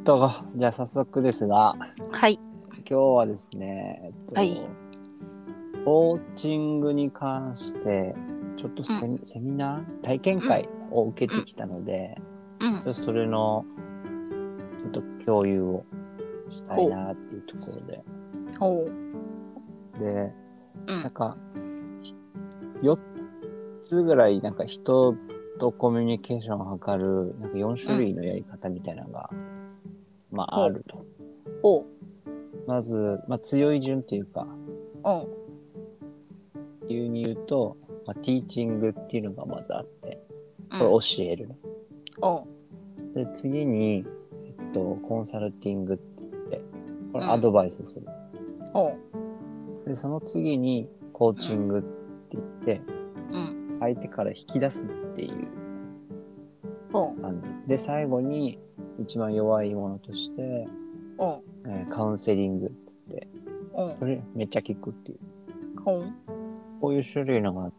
じゃあ早速ですが、 はい。 今日はですね、 はい。 コーチングに関してちょっとセミナー体験会を受けてきたので、ちょっとそれのちょっと共有をしたいなっていうところで、で、なんか4つぐらいなんか人とコミュニケーションを図るなんか4種類のやり方みたいなのが、あると。まず、強い順っていうか、理由に言うと、ティーチングっていうのがまずあって、これ教えるね。で、次に、コンサルティングって言って、これアドバイスする。で、その次にコーチングって言って、相手から引き出すっていう感じ。で、最後に一番弱いものとして、カウンセリングって言って、これめっちゃ効くっていう。こういう種類のがあって、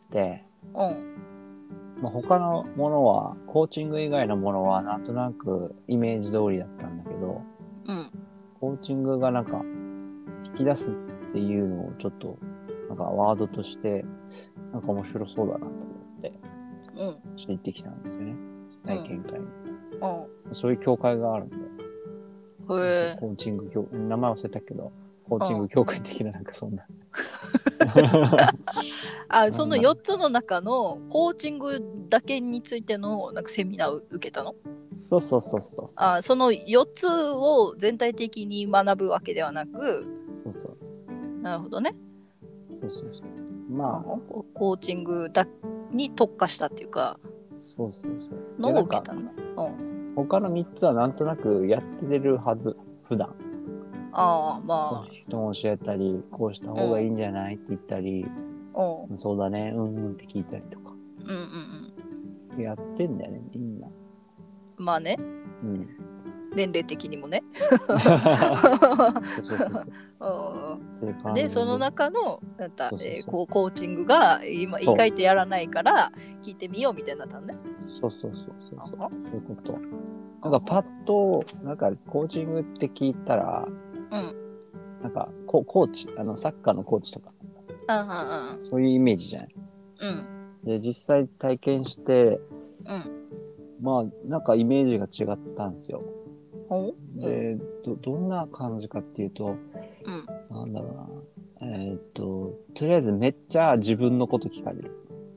他のものは、コーチング以外のものはなんとなくイメージ通りだったんだけど、コーチングがなんか引き出すっていうのをちょっとなんかワードとしてなんか面白そうだなと思って、ちょっと行ってきたんですよね。体験会に。そういう協会があるんで。コーチング協会、名前忘れたけど、コーチング協会的ななんかそんな。 その4つの中のコーチングだけについてのなんかセミナーを受けたの？ そう。その4つを全体的に学ぶわけではなく。 そう。 なるほどね。 そう。 コーチングに特化したっていうか、 そう。 のを受けたんだ。 他の3つはなんとなくやってるはず、普段。人も教えたり、こうした方がいいんじゃないって言ったり、そうだね、って聞いたりとか。やってんだよね、みんな。 まあね。年齢的にもね。そう。で、その中のコーチングが今意外とやらないから聞いてみようみたいになったのね。 そう。そういうこと。なんかパッと、なんかコーチングって聞いたら、なんかコーチ、サッカーのコーチとか、そういうイメージじゃない。で、実際体験して、なんかイメージが違ったんですよ。で、どんな感じかっていうと、なんだろうな。とりあえずめっちゃ自分のこと聞かれる。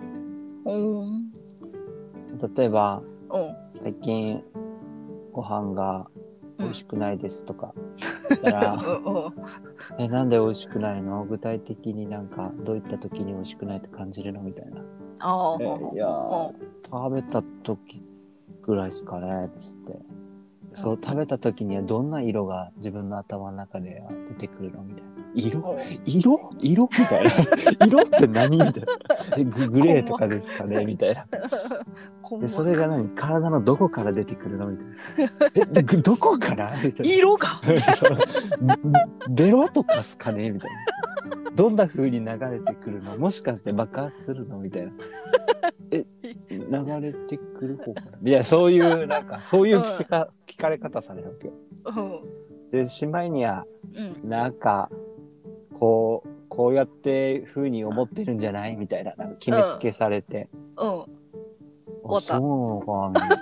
例えば、最近ご飯が美味しくないですとか言ったら、なんで美味しくないの？具体的になんかどういった時に美味しくないと感じるのみたいな。いや、食べた時ぐらいですかねつって。そう、食べた時にはどんな色が自分の頭の中で出てくるのみたいな。色みたいな。色って何みたいな。グレーとかですかねみたいな。で、それが体のどこから出てくるのみたいな。どこからみたいな。 色がベロとかすかねみたいな。どんな風に流れてくるの？もしかして爆発するのみたいな。流れてくる方かな。いや、そういう聞かれ方されるわけよ。で、しまいには、なんか、こうやって風に思ってるんじゃないみたいな、なんか決めつけされて。そうなのかな。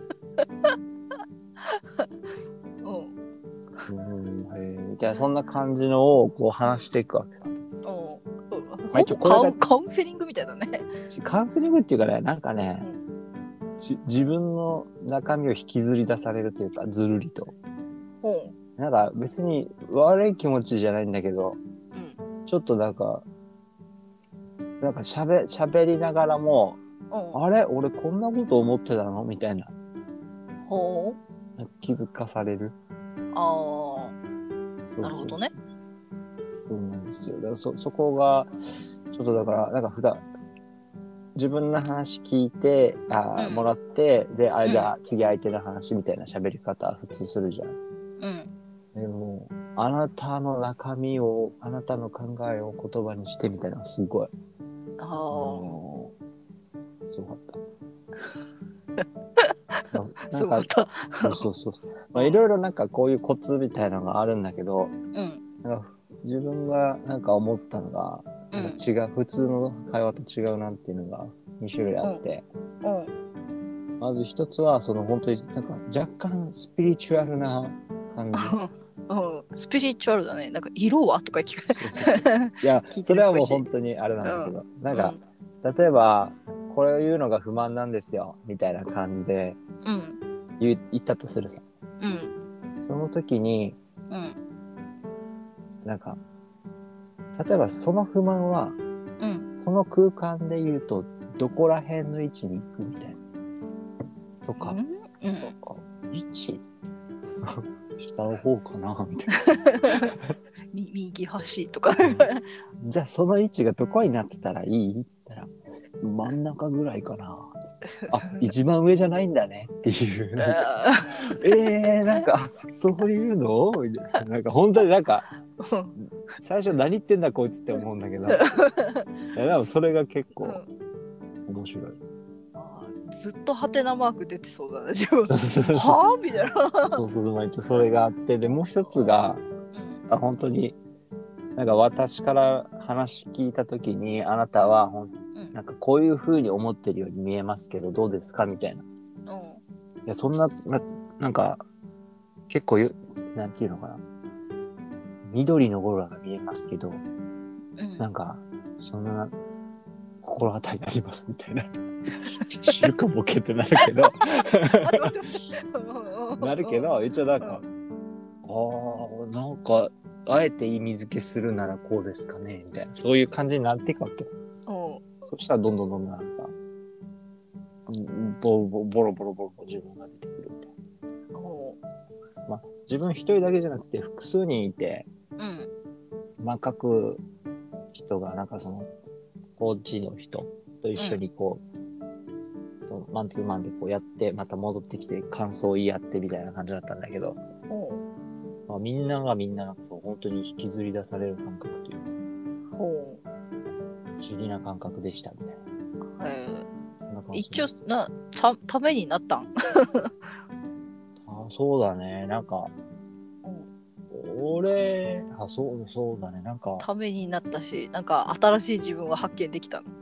じゃあそんな感じのをこう話していくわけさ。 カウンセリングみたいだね。 カウンセリングっていうかね、なんかね、自分の中身を引きずり出されるというか、ずるりと。なんか別に悪い気持ちじゃないんだけど、ちょっとなんか喋りながらも、あれ俺こんなこと思ってたのみたいな。気づかされる。 なるほどね。 そうなんですよ。だからそこがちょっとだからなんか普段自分の話聞いてもらってでじゃあ次相手の話みたいな喋り方普通するじゃん。でもあなたの中身をあなたの考えを言葉にしてみたいなすごい。すごかった。 そうだった。 そう。まあいろいろなんかこういうコツみたいなのがあるんだけど、なんか自分がなんか思ったのが、なんか違う、普通の会話と違うなっていうのが2種類あって、まず一つはその本当になんか若干スピリチュアルな感じ。 スピリチュアルだね。なんか色はとか聞かれいやそれはもう本当にあれなんだけど、なんか、例えばこれを言うのが不満なんですよみたいな感じで言ったとするさ、その時に、なんか例えばその不満は、この空間で言うとどこら辺の位置に行くみたいなとか、位置下の方かなみたいな右端とかじゃあその位置がどこになってたらいいって言ったら真ん中ぐらいかな一番上じゃないんだねっていうなんかそういうのみたいな、なんか本当になんか最初何言ってんだこいつって思うんだけどでもそれが結構面白い。 ずっとハテナマーク出てそうだね自分はぁみたいなそう、まあ、一応それがあって、でもう一つが、本当になんか私から話聞いた時にあなたはなんかこういう風に思ってるように見えますけどどうですかみたいな、いやそんななんか結構なんていうのかな、緑のゴーラが見えますけど、なんかそんな心当たりありますみたいな知るかボケってなるけどなるけど一応なんかなんかあえて意味付けするならこうですかねみたいな、そういう感じになっていくわけ。そしたらどんどんなんかボロボロ自分が出てくるみたいな。まあ自分一人だけじゃなくて複数人いて、各人がなんかそのコーチの人と一緒にこう、マンツーマンでこうやってまた戻ってきて感想を言い合ってみたいな感じだったんだけど、まあ、みんなが本当に引きずり出される感覚というか、不思議な感覚でしたみたいな。 一応ためになったんそうだね、なんかそうだね、なんかためになったし、なんか新しい自分を発見できたの。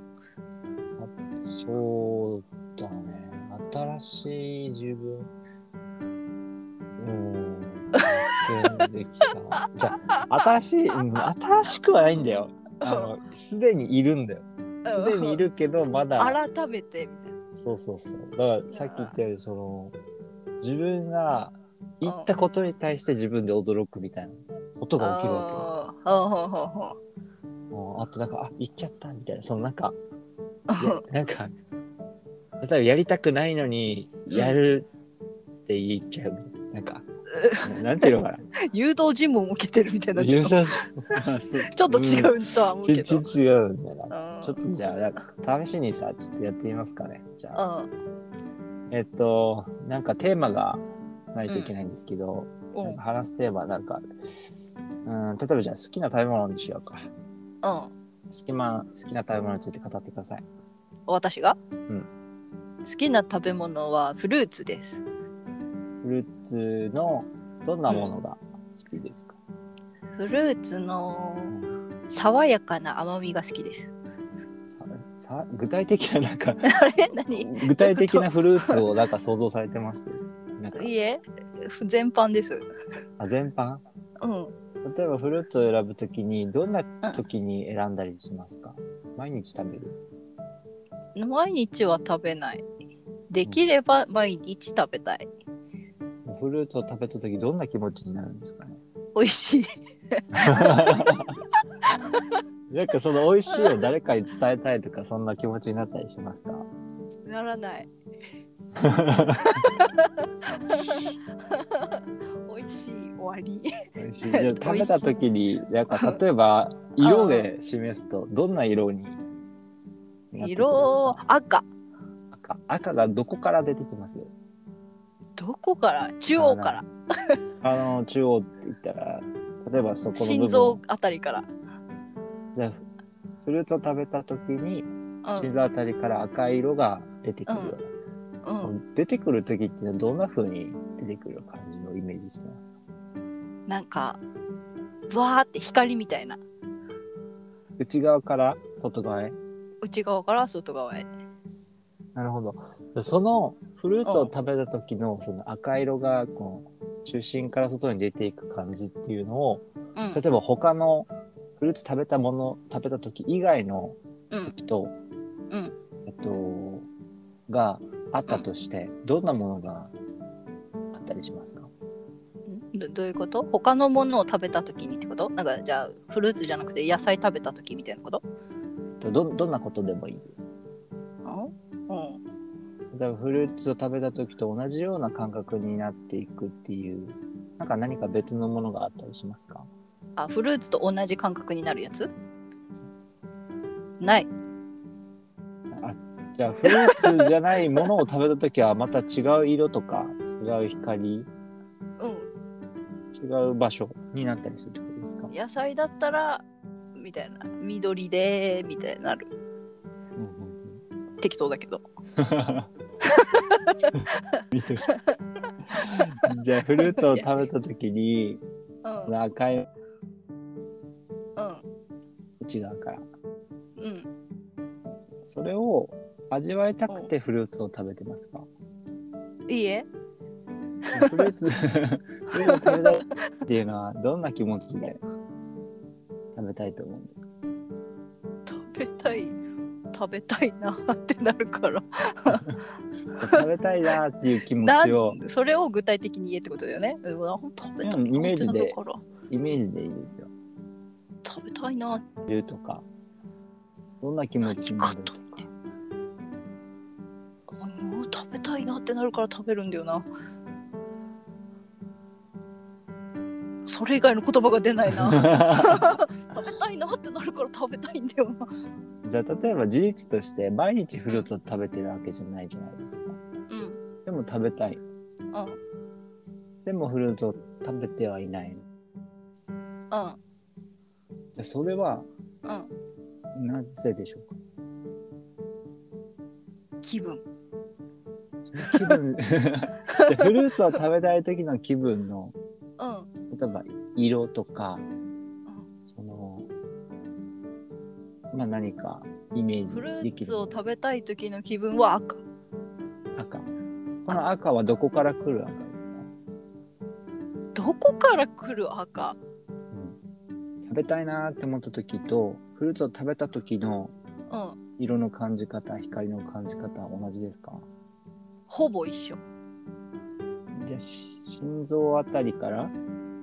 そうだね、新しい自分発見できたじゃあ新しくはないんだよ、すでにいるんだよ、すでにいるけどまだ改めてみたいな。 そうだからさっき言ったようにその自分が言ったことに対して自分で驚くみたいなことが起きるわけよ。あとなんか言っちゃったみたいな、そのなんかなんか例えばやりたくないのにやるって言っちゃう、なんかなんていうのかな誘導尋問を受けてるみたいな。 誘導ちょっと違うとは思うけど。 違うんだな。ちょっとじゃあ試しにさちょっとやってみますかね。じゃあなんかテーマがないといけないんですけど、なんか話すテーマなんか例えばじゃあ好きな食べ物にしようか。好きな食べ物について語ってください。 私が？好きな食べ物はフルーツです。 フルーツのどんなものが好きですか？ フルーツの爽やかな甘みが好きです。 具体的ななんか何？ 具体的なフルーツをなんか想像されてます？ いいえ、全般です。 全般？例えばフルーツを選ぶときにどんな時に選んだりしますか？毎日食べる？ 毎日は食べない。できれば毎日食べたい。 フルーツを食べた時どんな気持ちになるんですかね？ 美味しい。 なんかその美味しいを誰かに伝えたいとかそんな気持ちになったりしますか？ ならない。美味しい終わり。 美味しい。じゃあ食べた時になんか例えば色で示すとどんな色になってきますか？ 色赤がどこから出てきます？ どこから？中央から。 中央って言ったら例えばそこの部分心臓あたりから。 じゃあフルーツを食べた時に心臓あたりから赤い色が出てくるようなうん、 出てくる時ってどんな風に出てくる感じをイメージしてますか？ なんかブワーって光みたいな。 内側から外側へ？ 内側から外側へ。 なるほど。そのフルーツを食べた時のその赤色がこう中心から外に出ていく感じっていうのを、 うん、 例えば他のフルーツ食べた時以外の人、 うんがあったとして、どんなものがあったりしますか？ どういうこと？他のものを食べた時にってこと？なんかじゃあフルーツじゃなくて野菜食べた時みたいなこと？ どんなことでもいいです。例えばフルーツを食べた時と同じような感覚になっていくっていう、何か別のものがあったりしますか？ フルーツと同じ感覚になるやつ？ない。 じゃあフルーツじゃないものを食べた時はまた違う色とか違う光、違う場所になったりするってことですか？ 野菜だったらみたいな、緑でみたいになる、適当だけどじゃあフルーツを食べた時に、赤い、内側から、それを味わいたくてフルーツを食べてますか？ いいえ。 フルーツを食べたいっていうのはどんな気持ちで食べたいと思うんですか？ 食べたいなってなるから食べたいなっていう気持ちをそれを具体的に言えってことだよね。食べたいなってなるから、 イメージでいいですよ。 食べたいなってとか、どんな気持ちになるとか。 食べたいなってなるから食べるんだよな。それ以外の言葉が出ないな食べたいなってなるから食べたいんだよな。 じゃあ例えば事実として毎日フルーツを食べてるわけじゃないじゃないですか。でも食べたい。でもフルーツを食べてはいない。じゃあそれは、なぜでしょうか？ 気分じゃあフルーツを食べたい時の気分の、例えば色とか、何かイメージできる。 フルーツを食べたい時の気分は赤。 この赤はどこから来る赤ですか？ どこから来る赤？ 食べたいなって思った時とフルーツを食べた時の色の感じ方、光の感じ方は同じですか？ ほぼ一緒。 じゃあ心臓あたりから、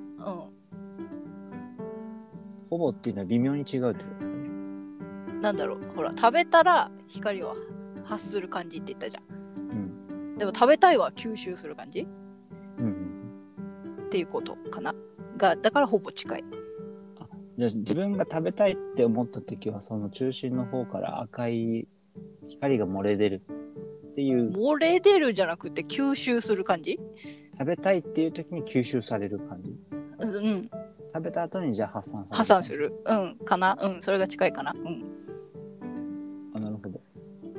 ほぼっていうのは微妙に違うってことですかね。 なんだろう、ほら食べたら光を発する感じって言ったじゃん。でも食べたいは吸収する感じ、っていうことかな。だからほぼ近い。 じゃあ自分が食べたいって思った時はその中心の方から赤い光が漏れ出るっていう。 漏れ出るじゃなくて吸収する感じ？ 食べたいっていう時に吸収される感じ。食べた後にじゃあ発散する。 かな。それが近いかな。 なるほど。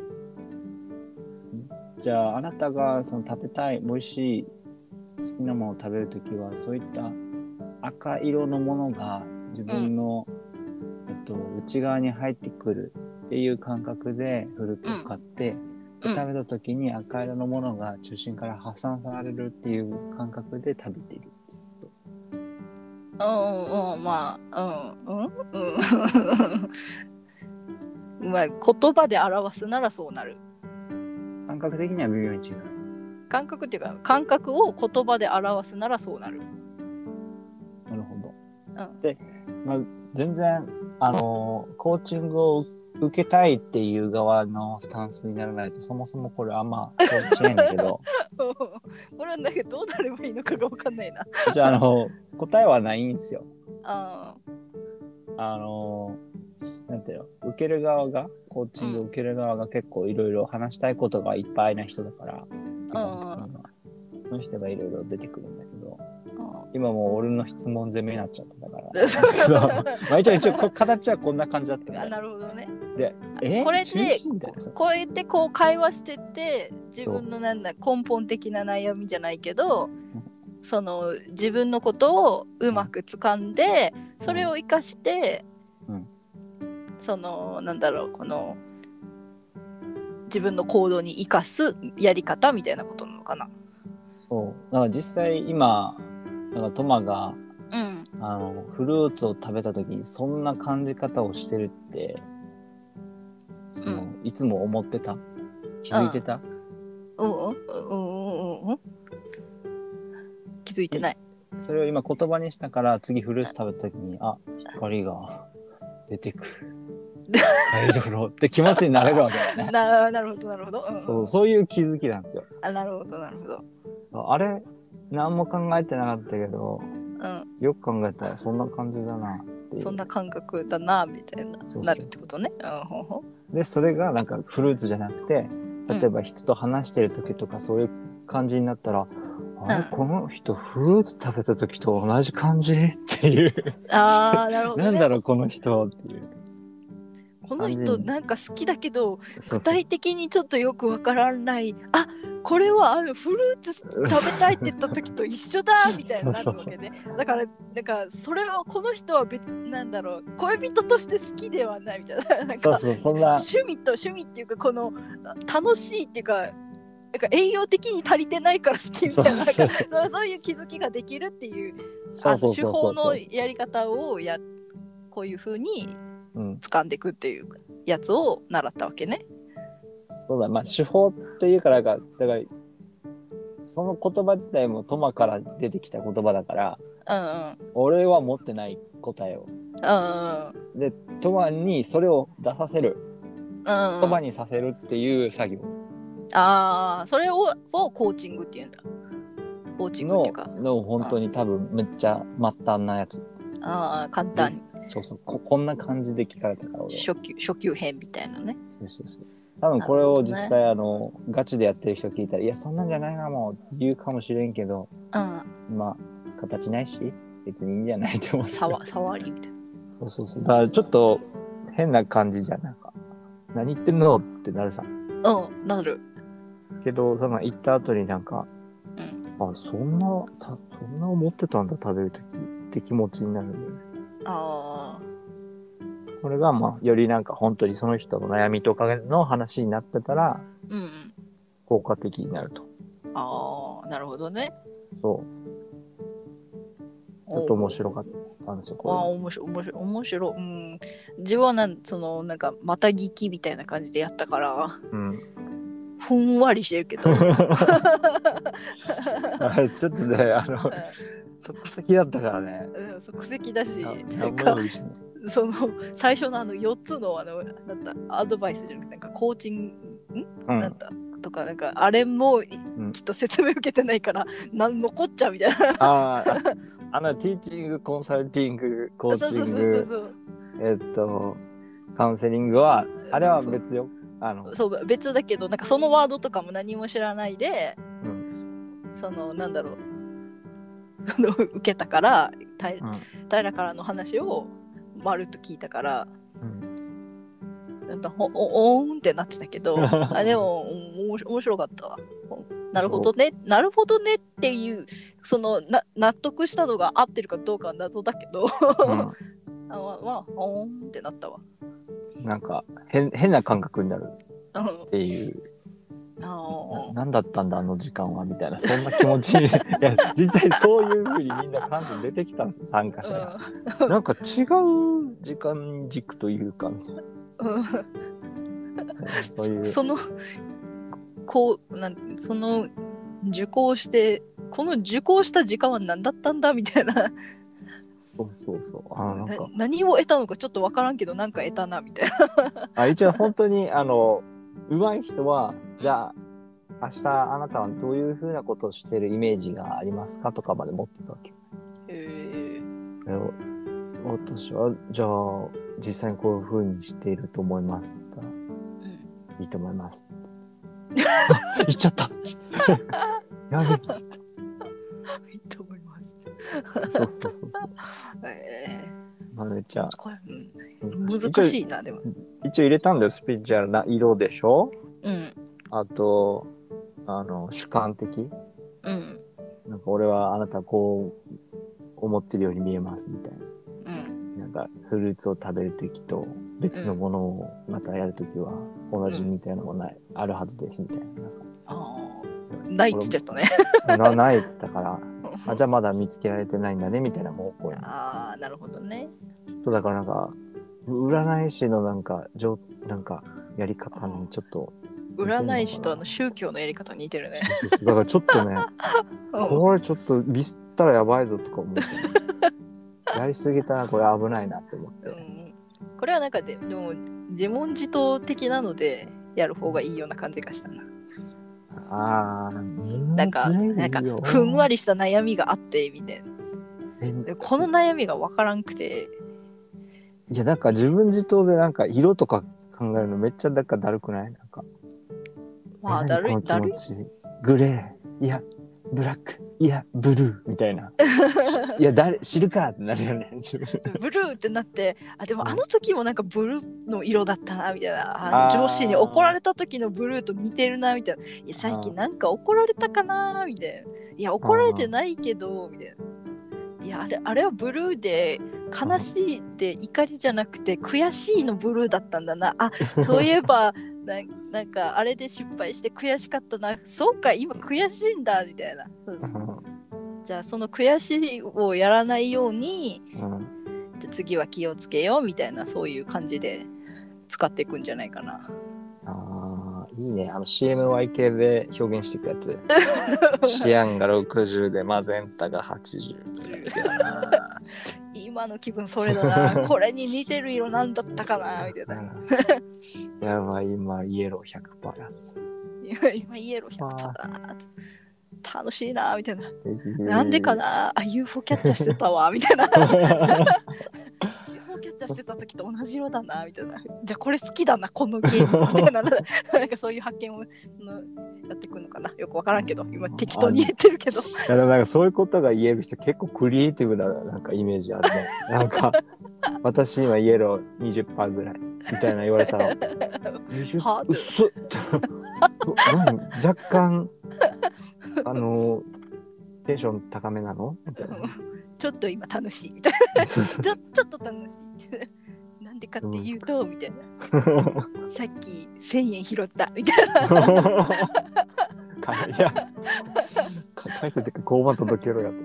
じゃああなたがその食べたい美味しい好きなものを食べるときはそういった赤色のものが自分の、内側に入ってくるっていう感覚でフルーツを買って、食べたときに赤色のものが中心から発散されるっていう感覚で食べている。 まあ言葉で表すならそうなる。 感覚的には微妙に違う。 感覚っていうか感覚を言葉で表すならそうなる。 なるほど。で、全然コーチングを受けたいっていう側のスタンスにならないとそもそもこれあんましないんだけどこれはだけどどうなればいいのかが分かんないな。 じゃあ答えはないんですよ。なんていうの、受ける側がコーチングを受ける側が結構いろいろ話したいことがいっぱいな人だから、その人がいろいろ出てくるんだけど、今もう俺の質問攻めになっちゃってたから一応形はこんな感じだったね。 なるほどね。 でこれでこうやってこう会話してて自分の根本的な悩みじゃないけど、その自分のことをうまく掴んで、それを生かして、そのこの自分の行動に生かすやり方みたいなことなのかな。 そう。だから実際今トマが、フルーツを食べた時にそんな感じ方をしてるって、いつも思ってた？気づいてた？ 気づいてない。 それを今言葉にしたから次フルーツ食べた時に光が出てくるいろいろって気持ちになれるわけだね。 なるほど、 そういう気づきなんですよ。 なるほど。 あれ何も考えてなかったけど、よく考えたらそんな感じだなっていう、 そんな感覚だなみたいななるってことね。 でそれがなんかフルーツじゃなくて、例えば人と話してる時とかそういう感じになったら、あれ、この人フルーツ食べた時と同じ感じっていうなるほど、ね、 なんだろうこの人っていう、 この人なんか好きだけど具体的にちょっとよくわからない、これはフルーツ食べたいって言った時と一緒だみたいになるわけね。だからそれはこの人は恋人として好きではないみたいな、 そんな趣味っていうか、この楽しいっていうか、栄養的に足りてないから好きみたいな、そういう気づきができるっていう手法のやり方をこういう風に掴んでいくっていうやつを習ったわけね。 そうだ、手法っていうからだからその言葉自体もトマから出てきた言葉だから、俺は持ってない答えを、でトマにそれを出させる、言葉にさせるっていう作業。 それをコーチングっていうんだ。コーチングっていうかの本当に多分めっちゃ末端なやつ。 簡単に。 こんな感じで聞かれたから俺初級編みたいなね。 多分これを実際ガチでやってる人聞いたら、いやそんなんじゃないかもって言うかもしれんけど、形ないし別にいいんじゃないと思う。 触りみたいな。だからちょっと変な感じじゃん、なんか何言ってんのってなるさ。 なるけどその行った後になんか、そんな思ってたんだ食べるときって気持ちになるんだよね。これがよりなんか本当にその人の悩みとかの話になってたら、効果的になると。 なるほどね。 そう。ちょっと面白かったんですよ。 面白い。自分はなんかまた聞きみたいな感じでやったから、ふんわりしてるけど。 ちょっとね即席だったからね。 即席だし、なんかその最初の4つのアドバイスじゃなくて、なんかコーチングなんだとか、なんかあれもきっと説明受けてないから何残っちゃうみたいな。 ティーチングコンサルティングコーチングカウンセリングはあれは別よ。 そう別だけど、なんかそのワードとかも何も知らないで、受けたから平からの話をまるっと聞いたから、おーんってなってたけどでも面白かったわ。なるほどねっていう、納得したのが合ってるかどうかは謎だけどおーんってなったわ。 なんか変な感覚になるっていう、何だったんだあの時間はみたいな、そんな気持ちいや実際そういう風にみんな感想出てきたんですよ、参加者が。なんか違う時間軸というかみたいな。そういうその受講してこの受講した時間は何だったんだみたいな。なんか何を得たのかちょっと分からんけど、なんか得たなみたいな。一応本当に上手い人は、じゃあ明日あなたはどういう風なことをしてるイメージがありますかとかまで持っていくわけ。私はじゃあ実際にこういう風にしていると思いますって言ったら、いいと思いますって言っちゃったっつってやべっつっていいと思いますそうめっちゃ難しいな。でも一応入れたんだよ、スピリチュアルな色でしょ。あと主観的、 うん、 なんか俺はあなたこう思ってるように見えますみたいな、 うん、 なんかフルーツを食べるときと別のものをまたやるときは同じみたいなのがあるはずですみたいな。 ないっつっちゃったね。 ないっつったからじゃあまだ見つけられてないんだねみたいな方向に。 ああ、なるほどね。 そうだからなんか占い師のなんかやり方にちょっと占い師と宗教のやり方似てるね。 だからちょっとねこれちょっとビスったらやばいぞとか思ってやりすぎたらこれ危ないなって思って、 これはなんかでも自問自答的なのでやる方がいいような感じがしたな。なんかふんわりした悩みがあってみたいな。この悩みが分からんくて。 いやなんか自分自答でなんか色とか考えるのめっちゃだるくない？なんかまあだるいグレーいやブラックいやブルーみたいないや知るかってなるよねブルーってなってでもあの時もなんかブルーの色だったなみたいな、上司に怒られた時のブルーと似てるなみたいな、いや最近なんか怒られたかなみたいな、いや怒られてないけどみたいな、いやあれはブルーで悲しいで怒りじゃなくて悔しいのブルーだったんだな、そういえばなんかあれで失敗して悔しかったな、そうか今悔しいんだみたいな、じゃあその悔しいをやらないように、で次は気をつけようみたいな、そういう感じで使っていくんじゃないかな。 いいね。CMYK で表現していくやつ。シアンが60でマゼンタが80 今の気分それだな。これに似てる色なんだったかなみたいな。 やばい、今イエロー100%やす。 今イエロー100%だ。楽しいなみたいな。なんでかな、UFO キャッチャーしてたわみたいな。UFO キャッチャーしてた時と同じ色だなみたいな。じゃあこれ好きだなこのゲームみたいな。なんかそういう発見をやってくるのかな。よくわからんけど、今適当に言ってるけど。 なんかそういうことが言える人結構クリエイティブななんかイメージあるね。なんか私今イエロー 20% ぐらいみたいな言われたら20%薄っ若干テンション高めなのみたいな。 ちょっと今楽しいみたいな。ちょっと楽しい。なんでかって言うとみたいな。さっき1000円拾ったみたいな。 いや返せてか交番届けろやって。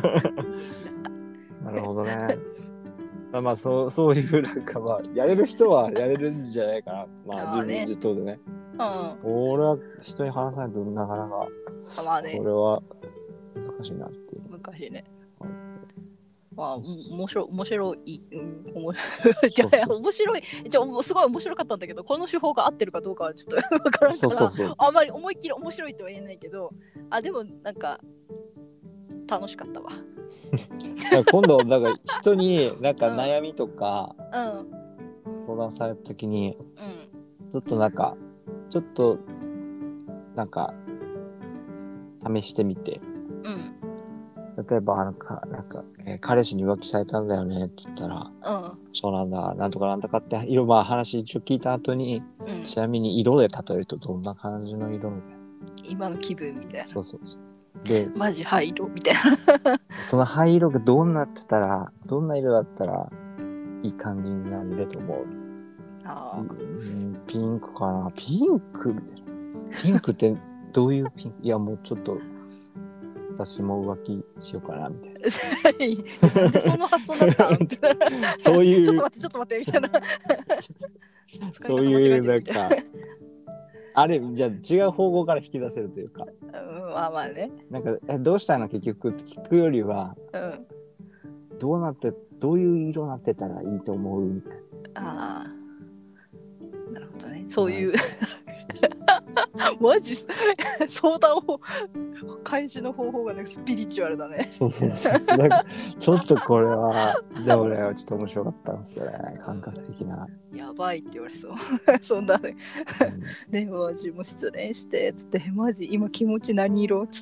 なるほどね。まあそういうなんかまあやれる人はやれるんじゃないかな。まあ自分自答でね。俺は人に話さないとなかなかこれは難しいなっていう。 難しいね。まあ面白い面白いすごい面白かったんだけど、この手法が合ってるかどうかはちょっと分からんから、あんまり思いっきり面白いとは言えないけど、でもなんか楽しかったわ。 今度なんか人になんか悩みとか相談された時に、ちょっとなんか試してみて、例えばなんか、彼氏に浮気されたんだよねって言ったら、そうなんだ、なんとかなんとかって話一応聞いた後に、ちなみに色で例えるとどんな感じの色みたいな。 今の気分みたいな。そう。 で、 マジ灰色みたいな。 その灰色がどんな色だったらいい感じになると思う。ピンクかな。ピンクみたいな。ピンクってどういうピンク？いやもうちょっと私も浮気しようかなみたいな。 なんでその発想だったみたいな。 そういうちょっと待ってみたいな。 そういうなんかあれじゃあ違う方向から引き出せるというか。 まあね。 なんかどうしたの結局って聞くよりは、どういう色になってたらいいと思うみたいな。 なるほどね。そういうマジ相談を開示の方法がねスピリチュアルだね。 そうなんかちょっとこれはでもねちょっと面白かったんですよね、感覚的な。 やばいって言われそう。そんなね。でも私も失恋してつってマジ今気持ち何色つって。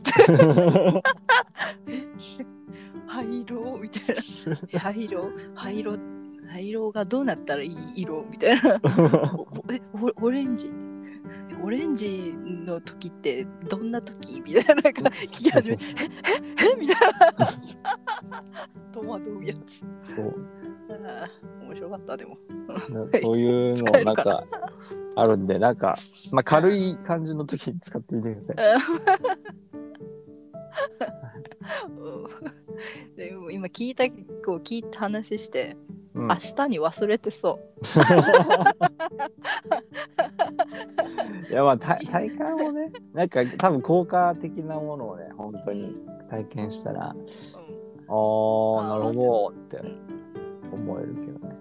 灰色みたいな。灰色がどうなったらいい色みたいな。オレンジオレンジの時ってどんな時みたいな、なんか聞き始めてえみたいな戸惑うやつ。 そう面白かった。でもそういうのなんかあるんで、なんか、まあ、軽い感じの時に使ってみてください。 でも今聞いた話して、明日に忘れてそう。 いやまあ体感をね、なんか多分効果的なものをね、本当に体験したら、なるほどって思えるけどね。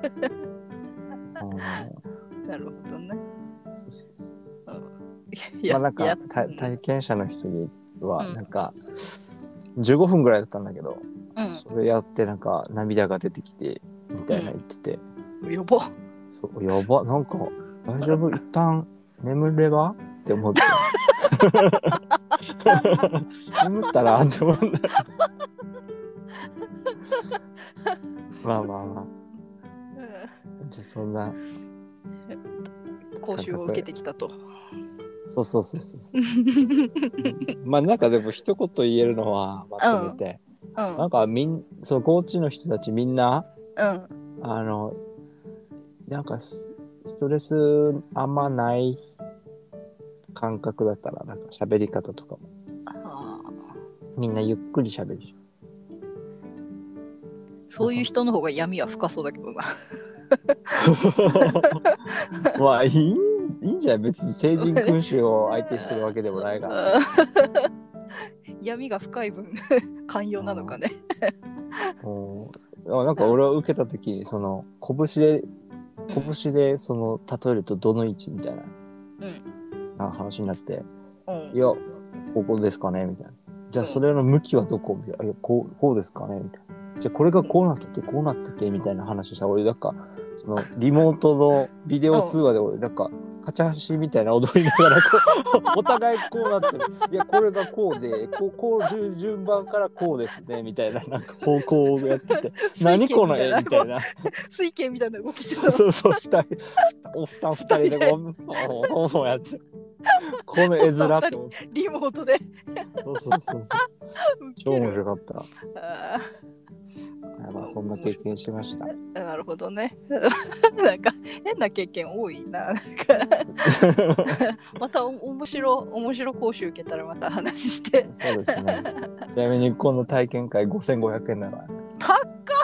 なるほどね。 まあなんか体験者の人にはなんか15分ぐらいだったんだけど、それやってなんか涙が出てきてみたいな言ってて、 やば。 そうやば、なんか大丈夫、一旦眠ればって思って眠ったらって思ったまあまあまあ、じゃあそんな講習を受けてきたと。 そうまあなんかでも一言言えるのはまとめて、なんかそのコーチの人たちみんな、なんかストレスあんまない感覚だったら、なんか喋り方とかもみんなゆっくり喋る。 そういう人の方が闇は深そうだけどな。 まあいいんじゃない、別に聖人君主を相手してるわけでもないから闇が深い分寛容なのかね。 なんか俺は受けた時にその拳でその例えるとどの位置みたいな話になって、いやここですかねみたいな。じゃあそれの向きはどこみたいな。いやこうですかねみたいな。じゃあこれがこうなっててこうなっててみたいな話したら、俺なんかそのリモートのビデオ通話で俺なんかカチャハシみたいな踊りながらお互いこうなってる。いやこれがこうでこう順番からこうですねみたいな、なんか方向をやってて何この絵みたいな水拳みたいな動きしてた。 そうおっさん2人でこうやってこの絵面って思ってリモートでそう超面白かった。まあそんな経験しました。 なるほどね。なんか変な経験多いな。なんかまた面白講習受けたらまた話して。 そうですね。ちなみにこの体験会5500円なら。 高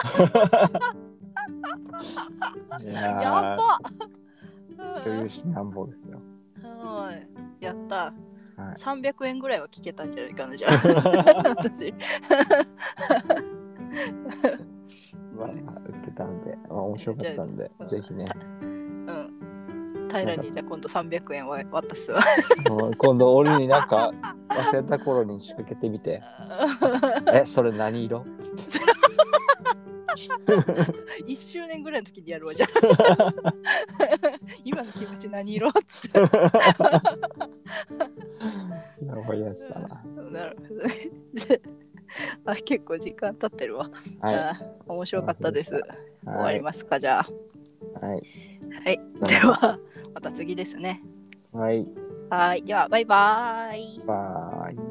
っ。やば。 共有してなんぼですよ。 はい。やった。 はい、 300円ぐらいは聞けたんじゃないかなじゃあ。私。 まあ受けたんで、面白かったんで、ぜひね。 平にじゃあ今度300円は渡すわ。 今度俺になんか忘れた頃に仕掛けてみて。それ何色つって。 1周年ぐらいの時にやるわじゃん。今の気持ち何色っつって。 やばいやつだな。 なるほどね。結構時間経ってるわ。面白かったです。終わりますかじゃあ。はい。ではまた次ですね。 はい。 ではバイバーイ。 バイ。